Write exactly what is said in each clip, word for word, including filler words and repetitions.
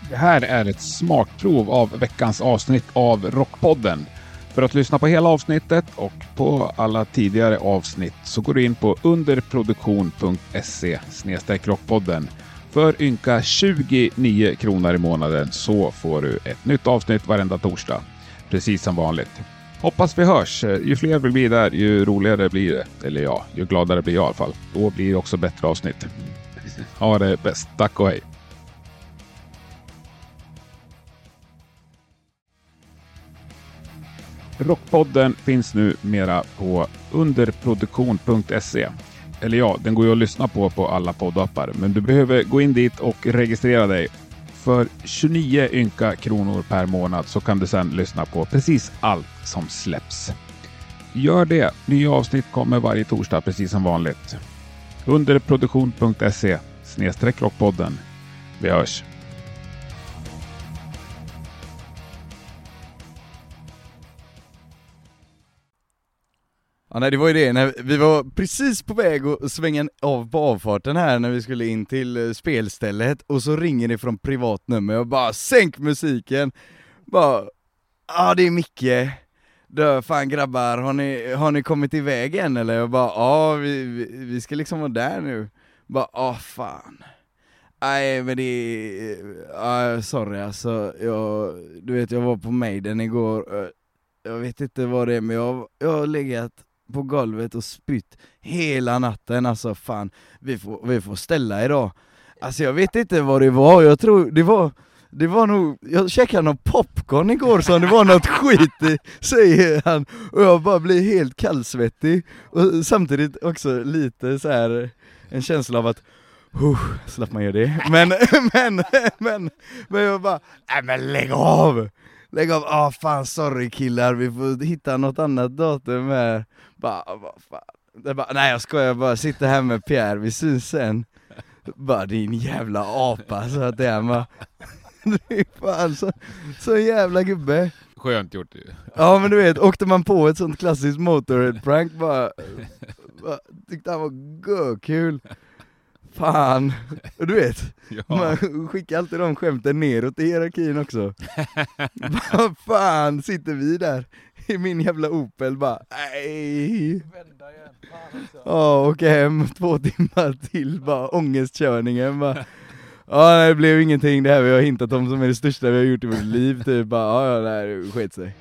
Det här är ett smakprov av veckans avsnitt av Rockpodden. För att lyssna på hela avsnittet och på alla tidigare avsnitt så går du in på underproduktion punkt se snedstreck rockpodden. För ynka tjugonio kronor i månaden så får du ett nytt avsnitt varenda torsdag. Precis som vanligt. Hoppas vi hörs. Ju fler vi blir där, ju roligare blir det. Eller ja, ju gladare blir jag i alla fall. Då blir det också bättre avsnitt. Ha det bäst. Tack och hej. Rockpodden finns nu mera på underproduktion punkt se. Eller ja, den går ju att lyssna på på alla poddappar. Men du behöver gå in dit och registrera dig. För tjugonio ynka kronor per månad så kan du sedan lyssna på precis allt som släpps. Gör det. Nya avsnitt kommer varje torsdag precis som vanligt. Underproduktion punkt se snedstreck rockpodden. Vi hörs. Ja, nej, det var ju det. När vi var precis på väg att svänga av på avfarten här när vi skulle in till spelstället och så ringer det från privatnummer och bara sänk musiken. Bara, ja det är Micke. Dö, fan grabbar, har ni, har ni kommit iväg än eller? Jag bara, ja vi, vi, vi ska liksom vara där nu. Bara, ja fan. Nej men det är, ja, sorry alltså, jag, du vet jag var på Maiden igår. Jag vet inte vad det är men jag, jag har legat på golvet och spytt hela natten, alltså fan, vi får, vi får ställa idag. Alltså jag vet inte vad det var, jag tror det var, det var nog, jag käkade någon popcorn igår så det var något skit i, säger han, och jag bara blir helt kallsvettig och samtidigt också lite så här en känsla av att uh, slapp man göra det, men, men, men, men jag bara, nej men lägg av! Lägg av, ah fan sorry killar, vi får hitta något annat datum här. Bara, vad fan. Det bara, nej jag skojar, jag bara sitter här med Pierre, vi syns sen. Bara din jävla apa, så att det är man. Det är fan så, så jävla gubbe. Skönt gjort ju. Ja men du vet, åkte man på ett sånt klassiskt Motorhead-prank bara, bara tyckte han var gå-kul. Fan, och du vet, ja. Man skickar alltid de skämten neråt i hierarkin också. Vad fan sitter vi där i min jävla Opel bara, nej. Ja, och hem två timmar till bara ångestkörningen bara. Ja, det blev ingenting det här vi har hintat om som är det största vi har gjort i vårt liv typ bara, ja, ja, det här skett sig.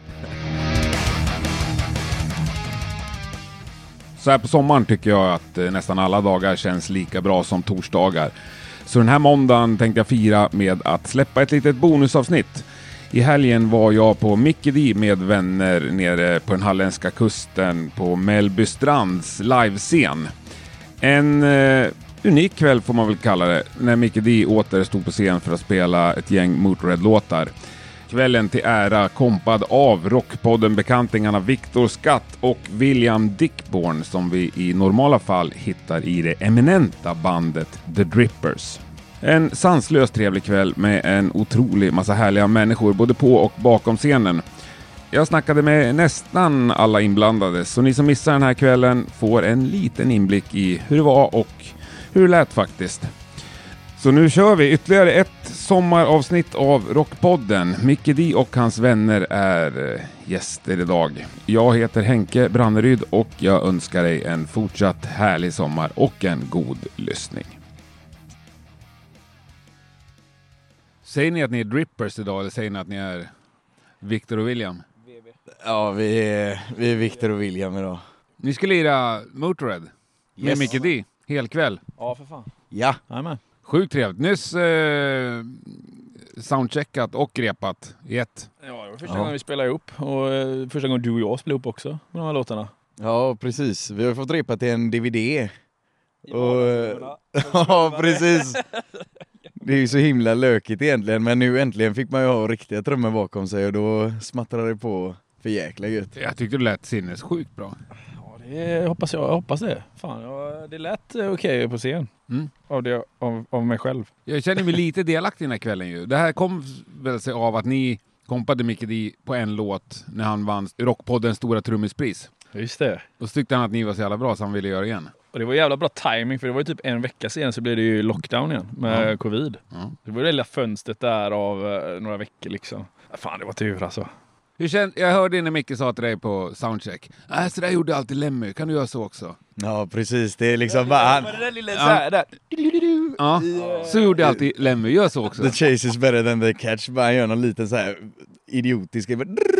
Så här på sommaren tycker jag att eh, nästan alla dagar känns lika bra som torsdagar. Så den här måndagen tänkte jag fira med att släppa ett litet bonusavsnitt. I helgen var jag på Mickey D med vänner nere på den halländska kusten på Mellbystrands livescen. En eh, unik kväll får man väl kalla det, när Mickey D åter stod på scen för att spela ett gäng Motorhead-låtar. Kvällen till ära kompad av Rockpodden-bekantingarna Victor Skatt och William Dickborn som vi i normala fall hittar i det eminenta bandet The Drippers. En sanslös trevlig kväll med en otrolig massa härliga människor både på och bakom scenen. Jag snackade med nästan alla inblandade så ni som missar den här kvällen får en liten inblick i hur det var och hur det lät faktiskt. Så nu kör vi ytterligare ett sommaravsnitt av Rockpodden. Mickey D och hans vänner är gäster idag. Jag heter Henke Branneryd och jag önskar dig en fortsatt härlig sommar och en god lyssning. Säger ni att ni är Drippers idag eller säger ni att ni är Victor och William? Ja, vi är, vi är Victor och William idag. Ni ska lira Motorhead med yes. Mickey D, hel kväll. Ja, för fan. Ja, jajamän. Sjukt trevligt. Nyss eh, soundcheckat och repat i ett. Ja, det var första ja. gången vi spelade ihop. Och eh, första gången du och jag spelade ihop också med de här låtarna. Ja, precis. Vi har fått repa till en D V D. Och, ja, precis. Det är ju så himla lökigt egentligen. Men nu äntligen fick man ju ha riktiga trummor bakom sig. Och då smattrade det på för jäkla gött. Jag tyckte det lät sinnessjukt bra. Det hoppas jag, jag hoppas det. Fan, ja, det lät okej okay på scen. Mm. Av, det, av, av mig själv. Jag känner mig lite delaktig den här kvällen ju. Det här kom väl sig av att ni kompade Mickey D på en låt när han vann Rockpoddens stora trummispris. Just det. Och så tyckte han att ni var så jävla bra så han ville göra igen. Och det var jävla bra timing för det var ju typ en vecka sedan så blev det ju lockdown igen med ja. covid. Ja. Det var det lilla fönstret där av uh, några veckor liksom. Fan, det var tur alltså. Hur känd, jag hörde när Micke sa till dig på soundcheck. Äh, så där gjorde alltid Lemmy. Kan du göra så också? Ja, precis. Det är liksom bara han... Det där lilla så här, där. Ja, så gjorde alltid Lemmy. Gör så också. The chase is better than the catch. Bara gör någon liten så här idiotisk...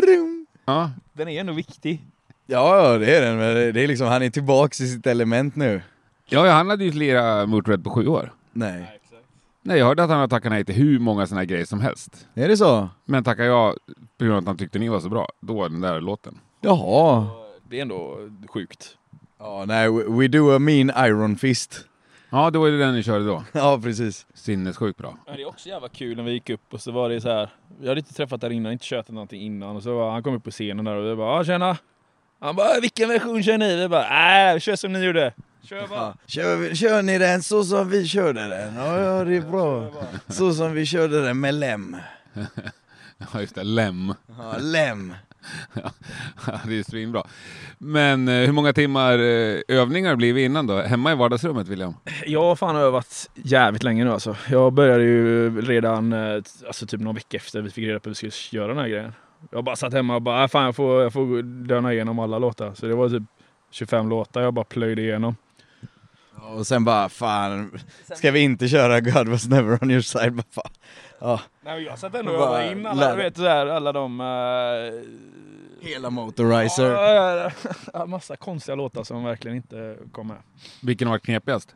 Ja. Den är ändå viktig. Ja, det är den. Men det är liksom, han är tillbaka i sitt element nu. Ja, han hade ju flera Motörhead på sju år. Nej. Nej, jag hörde att han har tackat nej till hur många såna här grejer som helst. Är det så? Men tackar jag på grund av att han tyckte ni var så bra. Då den där låten. Jaha. Det är ändå sjukt. Ja, nej, we do a mean iron fist. Ja, det var ju den ni körde då. Ja, precis. Sinnessjukt bra. Ja, det är också jävla kul när vi gick upp och så var det så här. Jag hade inte träffat där innan, inte kört någonting innan. Och så var han kom upp på scenen där och vi bara, ja tjena. Han bara, vilken version kör ni? Vi bara, nej, kör som ni gjorde. Kör bara. Ja. Kör, kör ni den så som vi körde den? Ja, ja, det är bra. Så som vi körde den med Lem. Ja, just det. Lem. Ja, Lem. Ja, det är ju svinbra. Men eh, hur många timmar eh, övningar blir vi innan då? Hemma i vardagsrummet, William? Jag har fan övat jävligt länge nu alltså. Jag började ju redan, eh, alltså typ någon vecka efter vi fick reda på att vi skulle göra den här grejen. Jag bara satt hemma och bara, fan jag får, jag får döna igenom alla låtar. Så det var typ tjugofem låtar jag bara plöjde igenom. Och sen bara, fan, ska vi inte köra God was never on your side? Bara, fan. Ja. Nej, jag satt ändå och övade in alla, vet du där, alla de... Uh, Hela Motorizer. Ja, ja, massa konstiga låtar som verkligen inte kom med. Vilken har varit knepigast?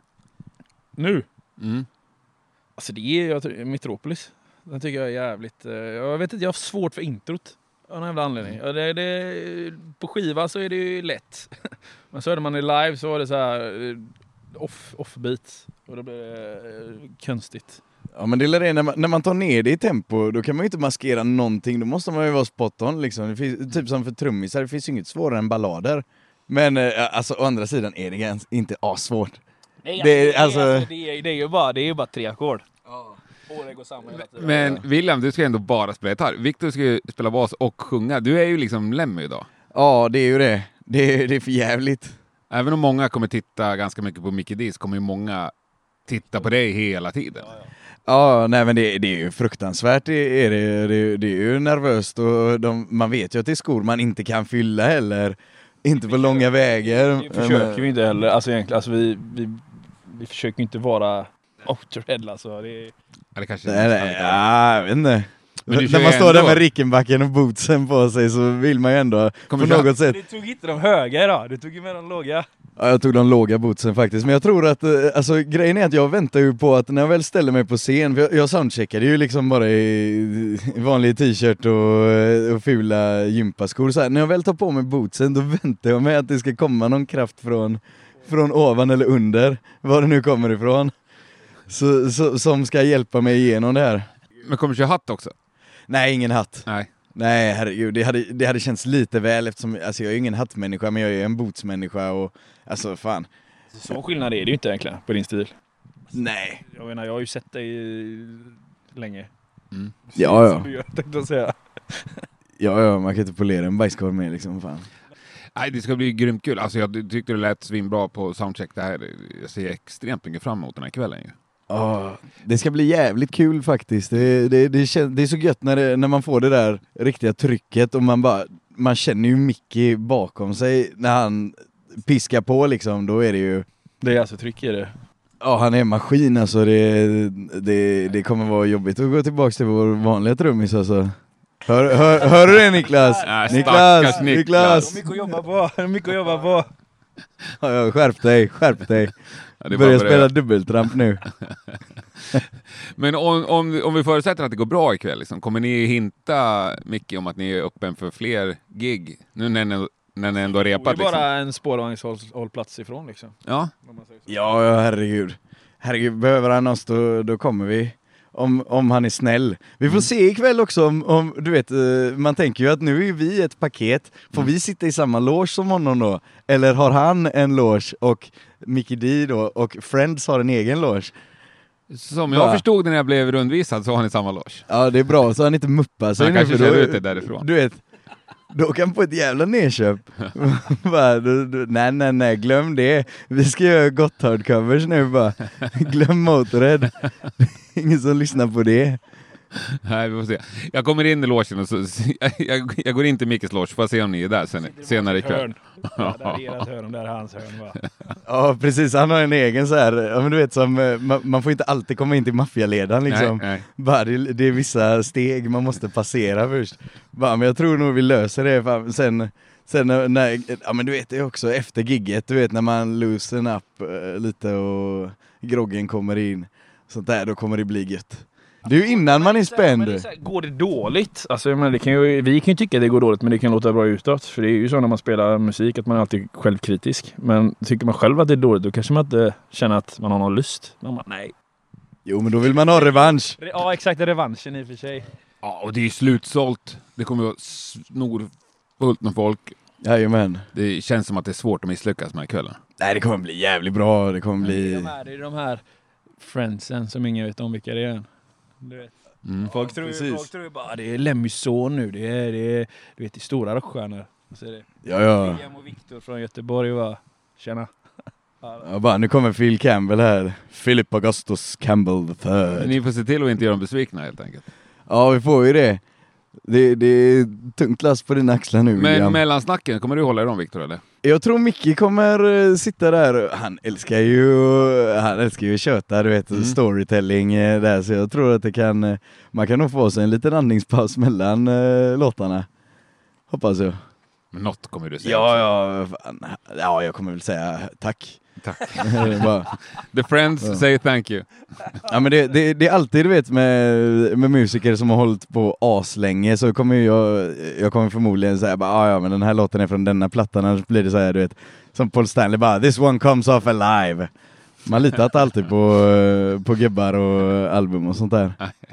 Nu? Mm. Alltså det är jag tror, Metropolis. Den tycker jag är jävligt... Uh, jag vet inte, jag har svårt för introt. Av någon jävla anledning. Mm. Det, det, på skiva så är det ju lätt. Men så hörde man i live så var det så här... Off, off-beat. Och då blir det uh, konstigt. Ja, men det är det, när man, när man tar ner det i tempo, då kan man ju inte maskera någonting. Då måste man ju vara spot on liksom. Det finns, typ som för trummisar, det finns ju inget svårare än ballader. Men eh, alltså å andra sidan är det gans, inte assvårt. Nej, det, alltså, det, alltså, det, är, det är ju bara, det är ju bara tre ackord. Ja. Och det går samma hela tiden. Men William, du ska ändå bara spela gitarr. Victor ska ju spela bas och sjunga. Du är ju liksom Lemmy idag. Ja, det är ju det. Det är, det är för jävligt. Även om många kommer titta ganska mycket på Mickey D så kommer ju många titta på dig hela tiden. Ja, ja. Ja, nej men det, det är ju fruktansvärt, det är, det, det, det är ju nervöst och de, man vet ju att det är skor man inte kan fylla heller, inte på långa vägar. Det försöker vi inte heller, alltså egentligen, alltså vi, vi, vi försöker inte vara Motorhead alltså. Det är... Ja, det kanske är nej, ja, jag vet inte. När man står där med Rickenbacken och bootsen på sig så vill man ju ändå Kommer på något sätt... Du tog inte de höga idag, du tog ju med de låga. Ja, jag tog de låga bootsen faktiskt. Men jag tror att, alltså grejen är att jag väntar ju på att när jag väl ställer mig på scen, för jag, jag soundcheckade ju liksom bara i, i vanlig t-shirt och, och fula gympaskor. Så här, när jag väl tar på mig bootsen, då väntar jag mig att det ska komma någon kraft från, från ovan eller under, var det nu kommer ifrån. Så, så, som ska hjälpa mig igenom det här. Men kommer du köra hatt också? Nej, ingen hatt. Nej. Nej, herregud, det hade, det hade känts lite väl eftersom, alltså jag är ju ingen hattmänniska men jag är en bootsmänniska och, alltså fan. Så skillnad är det ju inte egentligen på din stil. Nej. Jag menar, jag har ju sett dig länge. Mm. Ja, ja. Jag tänkte att säga. Ja, ja, man kan inte polera en bajskorv med liksom, fan. Nej, det ska bli grymt kul. Alltså jag tyckte det lät svinbra på soundcheck det här. Jag ser extremt mycket fram emot den här kvällen ju. Oh, det ska bli jävligt kul faktiskt. Det, det, det, kän, det är så gött när, det, när man får det där riktiga trycket och man bara, man känner ju Mickey bakom sig när han piskar på liksom, då är det ju... Det är alltså tryck i det. Ja, han är en maskin alltså, det, det, det kommer vara jobbigt att gå tillbaka till vår vanliga trummis alltså. Hör, hör, hör du det Niklas? Ja, Niklas, Niklas! Niklas. Mycket att jobba på, mycket att jobba på. Ja, ja, skärp dig, skärp dig. Ja, börjar spela dubbeltramp nu. Men om, om, om vi förutsätter att det går bra ikväll, liksom, kommer ni hinta mycket om att ni är öppen för fler gig? Nu när ni, när ni ändå har repat. Det är bara liksom en spårvagnshållplats ifrån liksom. Ja. Ja, ja, herregud. Herregud, behöver han oss då, då kommer vi. Om, om han är snäll. Vi får mm. se ikväll också om, om, du vet, man tänker ju att nu är vi ett paket. Får mm. vi sitta i samma loge som honom då? Eller har han en loge och Mickey D då och Friends har en egen loge? Som jag ja. förstod när jag blev rundvisad så har han i samma loge. Ja, det är bra, så han inte muppar sig. Han kanske kör ut det därifrån. Du vet, Då kan på ett jävla nedköp. bara, du, du, nej, nej, nej, glöm det. Vi ska göra Gotthard-covers nu bara. Glöm Motörhead. Ingen som lyssnar på det. Nej, vi får se. Jag kommer in i logen och så, jag, jag går in till Mickes loge för att se om ni är där sen, senare ikväll. Ja, där är ert hörn, där är hans hörn, va? Ja, precis. Han har en egen så här, ja, men du vet som, man, man får inte alltid komma in till maffialedaren liksom. Nej, nej. Bara, det, det är vissa steg man måste passera först. Bara, men jag tror nog vi löser det. Fan. Sen, sen när, ja men du vet det också efter gigget, du vet när man loosen up uh, lite och groggen kommer in. Sånt där, då kommer det bli gött. Det är ju innan man är spänd. Det är så här, går det dåligt? Alltså, men det kan ju, vi kan ju tycka att det går dåligt, men det kan låta bra utåt. För det är ju så när man spelar musik att man är alltid självkritisk. Men tycker man själv att det är dåligt, då kanske man inte känner att man har någon lust. Man bara, nej. Jo, men då vill man ha revansch. Ja, exakt. Revanschen i och för sig. Ja, och det är ju slutsålt. Det kommer att vara snorfullt med folk. Jajamän. Det känns som att det är svårt att misslyckas med kvällen. Nej, det kommer bli jävligt bra. Det kommer bli... Det är de här, det är de här friendsen som ingen vet om vilka det är. Du vet. Mm. Folk tror ju Precis. folk tror ju bara det är Lemmys son nu. Det är, det är du vet, det är stora rockstjärnor. Så är det. Ja, ja. William och Victor från Göteborg, va? Tjena. Ja, bara, nu kommer Phil Campbell här. Philip Augustus Campbell the third. Ni får se till att inte göra dem besvikna helt enkelt. Ja, vi får ju det. Det, det är tungt last på dina axlar nu, Men William. mellansnacken, kommer du hålla i dem, Victor, eller? Jag tror Micke kommer uh, sitta där. Han älskar ju han älskar ju köta, du vet, Mm. storytelling uh, där. Så jag tror att det kan uh, man kan nog få sig en liten andningspaus mellan uh, låtarna. Hoppas jag. Men något kommer du säga. Ja, ja, fan. Ja, jag kommer väl säga tack. Tack. Bara, The friends Ja. say thank you. ja, men det, det, det är alltid, du vet, med, med musiker som har hållit på aslänge, så kommer jag, jag kommer förmodligen säga bara, ah, ja, men den här låten är från denna plattan, annars blir det så här, du vet, som Paul Stanley bara, this one comes off alive. Man litat alltid på, på gubbar och album och sånt där.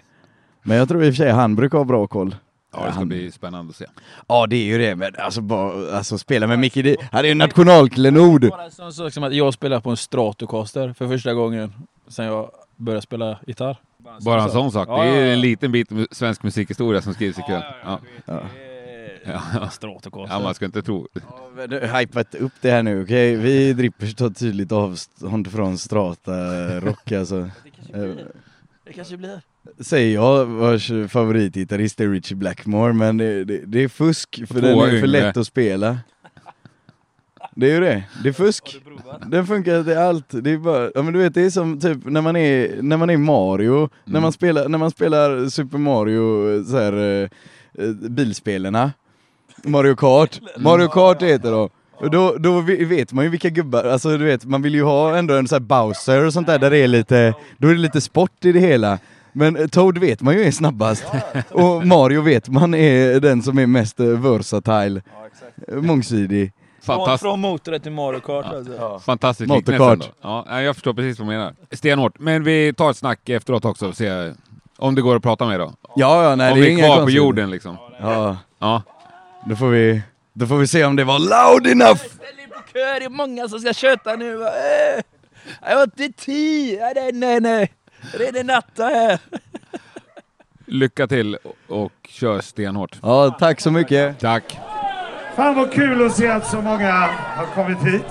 Men jag tror i och för sig han brukar ha bra koll. Ja, det ska han... bli spännande att se. Ja, det är ju det. Men alltså, bara, alltså spela med Micke, det, han är ju nationalklenod. Bara en sån sak som att jag spelar på en Stratocaster för första gången sen jag började spela gitarr. Bara en sån sak. Ja, Det är ja, ja. en liten bit med svensk musikhistoria som skrivs ikväll. Ja, Ja. ja. ja. Stratocaster. ja, man ska inte tro. Ja, du har hypat upp det här nu, okej? Okay? Vi drippers tar tydligt avstånd från strata rock, alltså. Det kanske blir. Det kanske blir. Säger jag, vars favoritgitarrist är Richie Blackmore, men det, det, det är fusk, för Två den är för yngre. lätt att spela. Det är ju det, det är fusk. Har du provat? Den funkar till allt. Det är bara, ja men du vet, det är som typ när man är när man är Mario, när man spelar när man spelar Super Mario så här eh, bilspelarna. Mario Kart. Mario Kart heter det. Och då då vet man ju vilka gubbar, alltså du vet, man vill ju ha ändå en så här Bowser och sånt där där det är lite, då är det lite sport i det hela. Men Toad vet man ju är snabbast. Och Mario vet man är den som är mest versatile. Ja, exakt. Mångsidig. Från, Fantastiskt. från Motörhead till Mario Kart. Alltså. Ja. Fantastiskt Motorkart. liknelse ändå. Ja, jag förstår precis vad du menar. Stenhårt. Men vi tar ett snack efteråt också och ser om det går att prata med då. Ja, ja, nej, om det är vi är inga kvar på konstigheter. jorden liksom. Ja, Ja. då får vi då får vi se om det var loud enough. Ställ er på kö, det är många som ska köta nu. Va? Äh, jag har inte tid. Nej, nej, nej. Det är det natta här. Lycka till och, och kör stenhårt. Ja, tack så mycket. Tack. Fan vad kul att se att så många har kommit hit.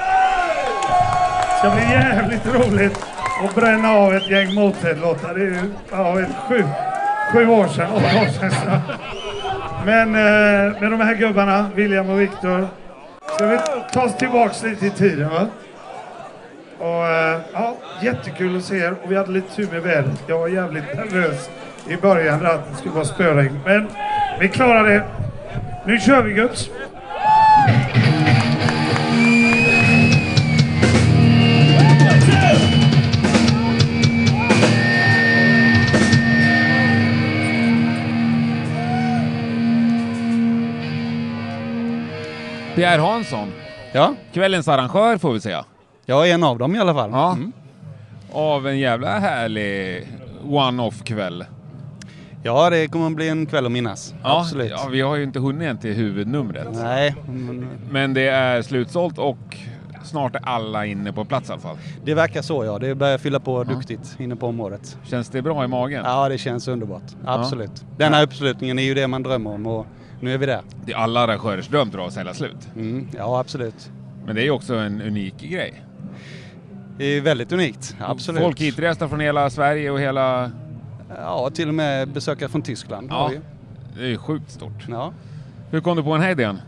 Det ska bli jävligt roligt att bränna av ett gäng Motörhead-låtar. Det är ju ja, ett sju, sju år sedan, åtta år sedan snart. Men eh, med de här gubbarna, William och Victor, ska vi ta oss tillbaks lite i tiden, va? Och eh, ja, jättekul att se er. Och vi hade lite tur med vädret. Jag var jävligt nervös i början att det skulle vara spöregn. Men vi klarade det. Nu kör vi, gubbs! Pierre Hansson, Ja, kvällens arrangör får vi säga. jag är en av dem i alla fall. Ja. Mm. Av en jävla härlig one-off kväll. Ja, det kommer att bli en kväll att minnas. Ja, Absolut. ja, vi har ju inte hunnit än till huvudnumret. Nej, men Men det är slutsålt och snart är alla inne på plats i alla fall. det verkar så, ja. Det börjar fylla på duktigt inne på området. Känns det bra i magen? Ja, det känns underbart. Absolut. Den här uppslutningen är ju det man drömmer om. Och nu är vi där. Det är alla arrangörers dröm att sälja slut. Mm, ja, absolut. Men det är ju också en unik grej. Det är väldigt unikt, absolut. Folk hitresta från hela Sverige och hela... Ja, till och med besökare från Tyskland. Ja, det är ju sjukt stort. Ja. Hur kom du på den här idén?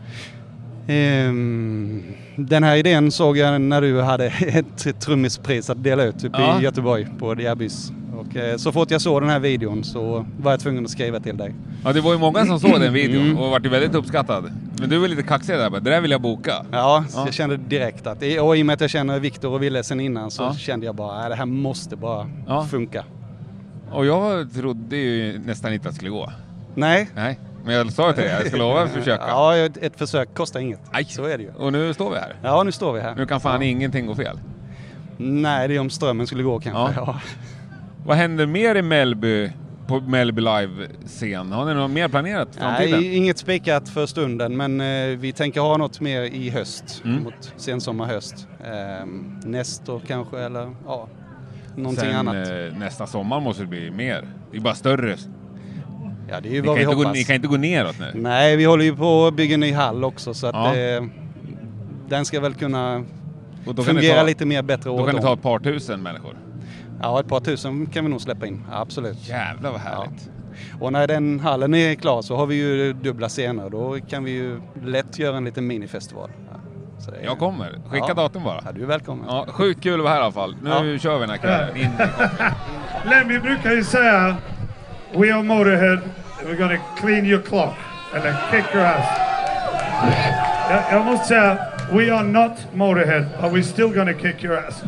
Um, den här idén såg jag när du hade ett trummispris att dela ut uppe ja. i Göteborg på Diabys. Och eh, så fort jag såg den här videon så var jag tvungen att skriva till dig. Ja, det var ju många som såg den videon Mm. och var väldigt uppskattad. Men du var lite kaxig där, det där vill jag boka. Ja, Ja. jag kände direkt att, och i och med att jag känner Viktor och Ville sen innan så Ja. kände jag bara att det här måste bara Ja. funka. Och jag trodde ju nästan inte att det skulle gå. Nej. Nej, men jag sa till dig, jag ska lova att försöka. Ja, ett, ett försök kostar inget. Aj. Så är det ju. Och nu står vi här. Ja, nu står vi här. Nu kan fan ja. ingenting gå fel. Nej, det är om strömmen skulle gå kanske. Ja. Ja. Vad händer mer i Mellby på Mellby Live-scen? Har ni något mer planerat i framtiden? Nej, inget spikat för stunden, men eh, vi tänker ha något mer i höst, Mm. mot sensommar höst. Eh, Nestor kanske, eller ja, någonting Sen, annat. Eh, nästa sommar måste det bli mer. Det är bara större. Ja, det är ju Ni vad kan, vi inte gå, hoppas. ni kan inte gå neråt nu. Nej, vi håller ju på att bygga en ny hall också, så att Ja. eh, den ska väl kunna Och då kan fungera det ta, lite mer bättre Då åt kan det dem. ta ett par tusen människor. Ja, ett par tusen kan vi nog släppa in, absolut. Jävlar vad härligt. Och när den hallen är klar så har vi ju dubbla scener. Då kan vi ju lätt göra en liten minifestival. Ja, så det är... Jag kommer. Skicka Ja. datum bara. Ja, du är välkommen. Ja, sjukt kul att vara här i alla fall. Nu Ja. kör vi den här kvällen. In. Lemmy brukar ju säga We are Motorhead, we're gonna clean your clock. Eller kick your ass. Jag, jag måste säga We are not Motorhead, but we're still gonna kick your ass.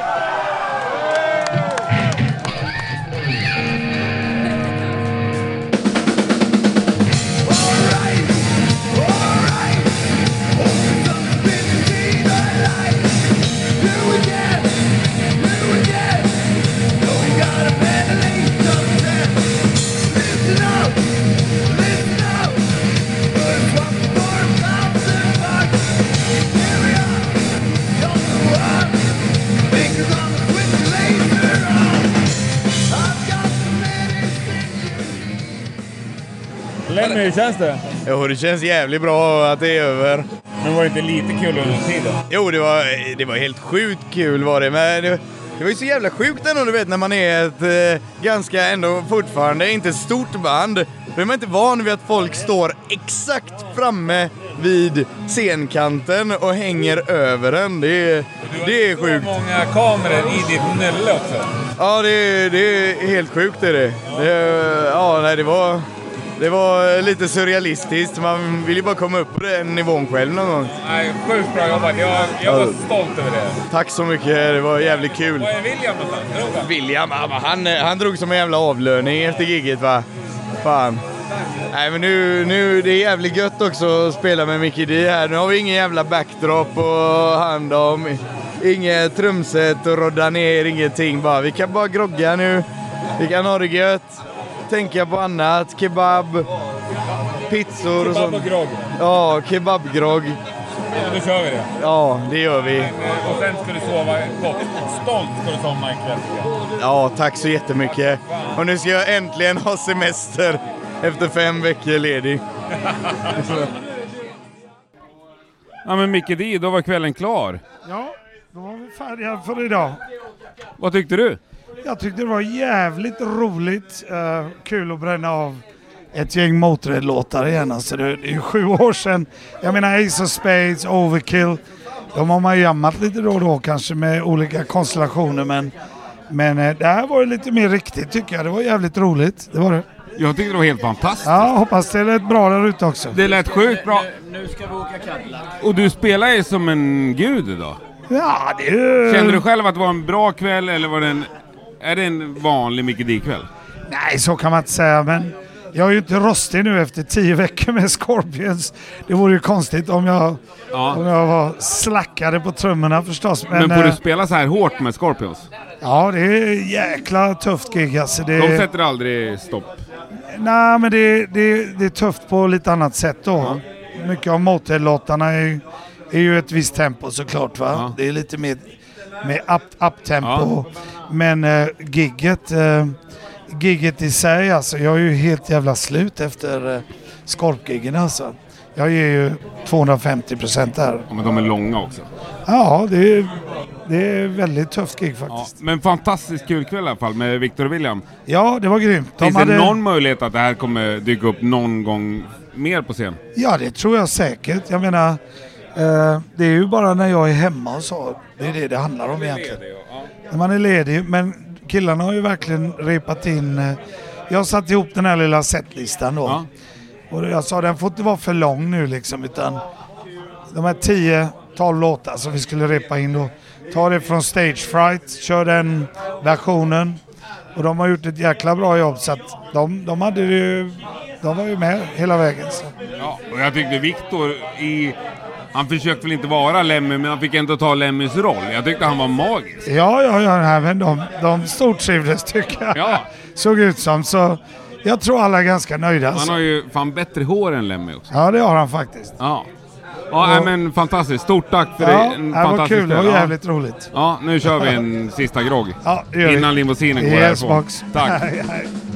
Lemmy, hur känns det? Jo, det känns jävligt bra att det är över. Men var det inte lite kul under tiden? Jo, det var, det var helt sjukt kul var det, men det, det var ju så jävla sjukt ändå, du vet, när man är ett eh, ganska ändå fortfarande inte stort band. Då är man inte van vid att folk står exakt framme vid scenkanten och hänger över en. Det är, det är sjukt. många kameror i ditt nylle också. Ja, det, det är helt sjukt är det. det ja, nej, det var... Det var lite surrealistiskt. Man vill ju bara komma upp på den nivån själv någon gång. Nej, sjukt bra jobbat. Jag, jag var stolt över det. Tack så mycket, det var jävligt kul. Vad är William någonstans? William, han, han drog som en jävla avlöning efter gigget, va? Fan. Nej, men nu, nu det är jävligt gött också att spela med Mickey D här. Nu har vi ingen jävla backdrop och hand om. Inget trumset och rodda ner, ingenting bara. Vi kan bara grogga nu. Vi kan ha det gött. Tänka på annat, kebab, pizzor och sånt. Kebab och grogg. Ja, kebabgrogg. Ja, då kör vi det. Ja, det gör vi. Och sen ska du sova gott. Stolt ska du somna ikväll. Ja, tack så jättemycket. Och nu ska jag äntligen ha semester efter fem veckor ledig. Ja, men Micke D, då var kvällen klar. Ja, då var vi färdiga för idag. Vad tyckte du? Jag tyckte det var jävligt roligt. Uh, kul att bränna av ett gäng Motörhead-låtar igen. Alltså det, det är ju sju år sedan. Jag menar Ace of Spades, Overkill. De har man jammat lite då och då kanske med olika konstellationer. Men, men uh, det här var lite mer riktigt tycker jag. Det var jävligt roligt. Det var det. Jag tyckte det var helt fantastiskt. Ja, hoppas det lät bra där ute också. Det lät sjukt bra. Nu ska vi åka Cadillac. Och du spelar ju som en gud idag. Ja, det är ju... Kände du själv att det var en bra kväll eller var det en... Är det en vanlig Micke D-kväll? Nej, så kan man inte säga, men jag är ju inte rostig nu efter tio veckor med Scorpions. Det vore ju konstigt om jag, Ja. om jag var slackare på trummorna förstås. Men, Men får du eh, spela så här hårt med Scorpions? ja, det är jäkla tufft gig. Alltså det, De sätter aldrig stopp. nej, men det, det, det är tufft på lite annat sätt då. Ja. Mycket av Motörhead-låtarna är, är ju ett visst tempo såklart, va? Ja. Det är lite mer med up, up-tempo. Men uh, gigget, uh, gigget i sig, alltså jag är ju helt jävla slut efter eh, skorpgiggen alltså. Jag ger ju tvåhundrafemtio procent där. Ja, men de är långa också. Ja, det är, det är väldigt tufft gig faktiskt. Ja, men fantastiskt kul kväll i alla fall med Victor och William. Ja, det var grymt. De Finns hade... det någon möjlighet att det här kommer dyka upp någon gång mer på scen? Ja, det tror jag säkert. Jag menar, eh, det är ju bara när jag är hemma och så. Det är det det handlar om egentligen. När man är ledig. Men killarna har ju verkligen repat in. Eh, jag har satt ihop den här lilla setlistan då. Ja. Och jag sa, den får inte vara för lång nu liksom, utan de här tio tolv låtar som vi skulle repa in då. Ta det från Stage Fright, kör den versionen. Och de har gjort ett jäkla bra jobb, så att de, de hade ju, de var ju med hela vägen. Så. Ja, och jag tyckte Victor i... Han försökte väl inte vara Lemmy, men han fick ändå ta Lemmys roll. Jag tyckte han var magisk. Ja, ja, ja, nej, men de, de stortrivdes tycker jag. Ja. Såg ut som, så jag tror alla är ganska nöjda. Han har ju fan bättre hår än Lemmy också. Ja, det har han faktiskt. Ja. Ja, och, men fantastiskt. Stort tack för ja, det. En det var fantastisk kul. Det var kväll. jävligt ja. roligt. Ja, nu kör vi en sista grogg. Ja, det gör vi. Innan limousinen går Yes, härifrån. box. Tack. Hej, hej.